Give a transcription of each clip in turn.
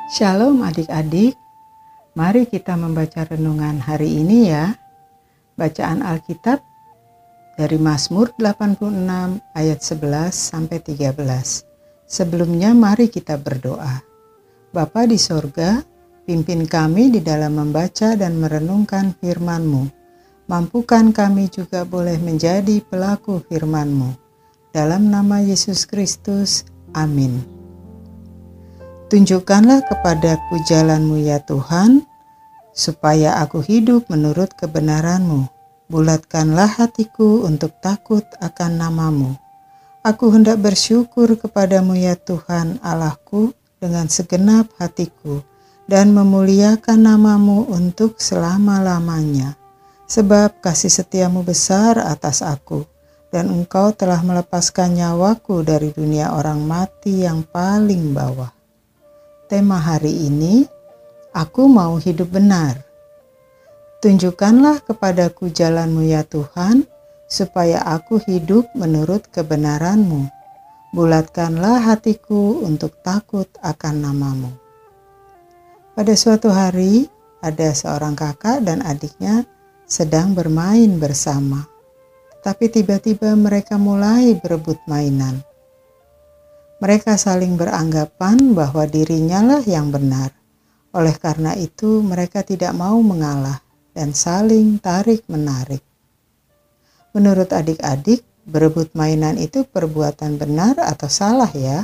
Shalom adik-adik, mari kita membaca renungan hari ini ya. Bacaan Alkitab dari Mazmur 86 ayat 11 sampai 13. Sebelumnya mari kita berdoa. Bapa di sorga, pimpin kami di dalam membaca dan merenungkan firman-Mu. Mampukan kami juga boleh menjadi pelaku firman-Mu. Dalam nama Yesus Kristus, amin. Tunjukkanlah kepadaku jalan-Mu ya Tuhan, supaya aku hidup menurut kebenaran-Mu. Bulatkanlah hatiku untuk takut akan nama-Mu. Aku hendak bersyukur kepadamu ya Tuhan Allahku dengan segenap hatiku, dan memuliakan nama-Mu untuk selama-lamanya. Sebab kasih setia-Mu besar atas aku, dan Engkau telah melepaskan nyawaku dari dunia orang mati yang paling bawah. Tema hari ini, aku mau hidup benar. Tunjukkanlah kepadaku jalan-Mu ya Tuhan, supaya aku hidup menurut kebenaran-Mu. Bulatkanlah hatiku untuk takut akan nama-Mu. Pada suatu hari, ada seorang kakak dan adiknya sedang bermain bersama. Tapi tiba-tiba mereka mulai berebut mainan. Mereka saling beranggapan bahwa dirinya lah yang benar. Oleh karena itu mereka tidak mau mengalah dan saling tarik-menarik. Menurut adik-adik, berebut mainan itu perbuatan benar atau salah ya?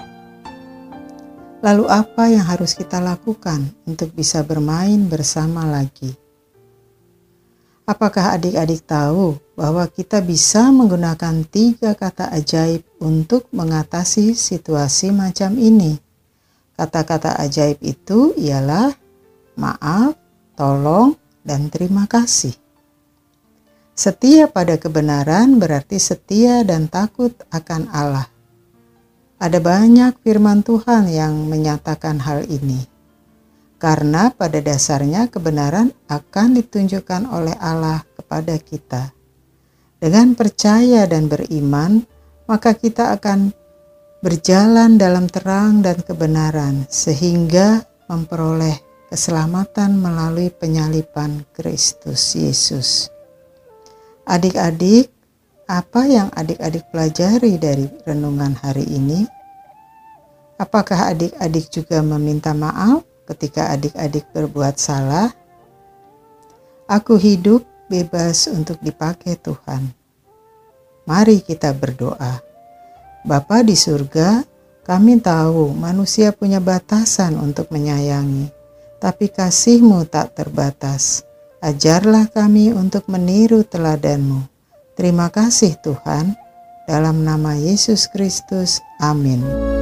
Lalu apa yang harus kita lakukan untuk bisa bermain bersama lagi? Apakah adik-adik tahu bahwa kita bisa menggunakan 3 kata ajaib untuk mengatasi situasi macam ini? Kata-kata ajaib itu ialah maaf, tolong, dan terima kasih. Setia pada kebenaran berarti setia dan takut akan Allah. Ada banyak firman Tuhan yang menyatakan hal ini. Karena pada dasarnya kebenaran akan ditunjukkan oleh Allah kepada kita. Dengan percaya dan beriman, maka kita akan berjalan dalam terang dan kebenaran, sehingga memperoleh keselamatan melalui penyaliban Kristus Yesus. Adik-adik, apa yang adik-adik pelajari dari renungan hari ini? Apakah adik-adik juga meminta maaf ketika adik-adik berbuat salah? Aku hidup bebas untuk dipakai Tuhan. Mari kita berdoa. Bapa di surga, kami tahu manusia punya batasan untuk menyayangi, tapi kasih-Mu tak terbatas. Ajarlah kami untuk meniru teladan-Mu. Terima kasih Tuhan. Dalam nama Yesus Kristus, amin.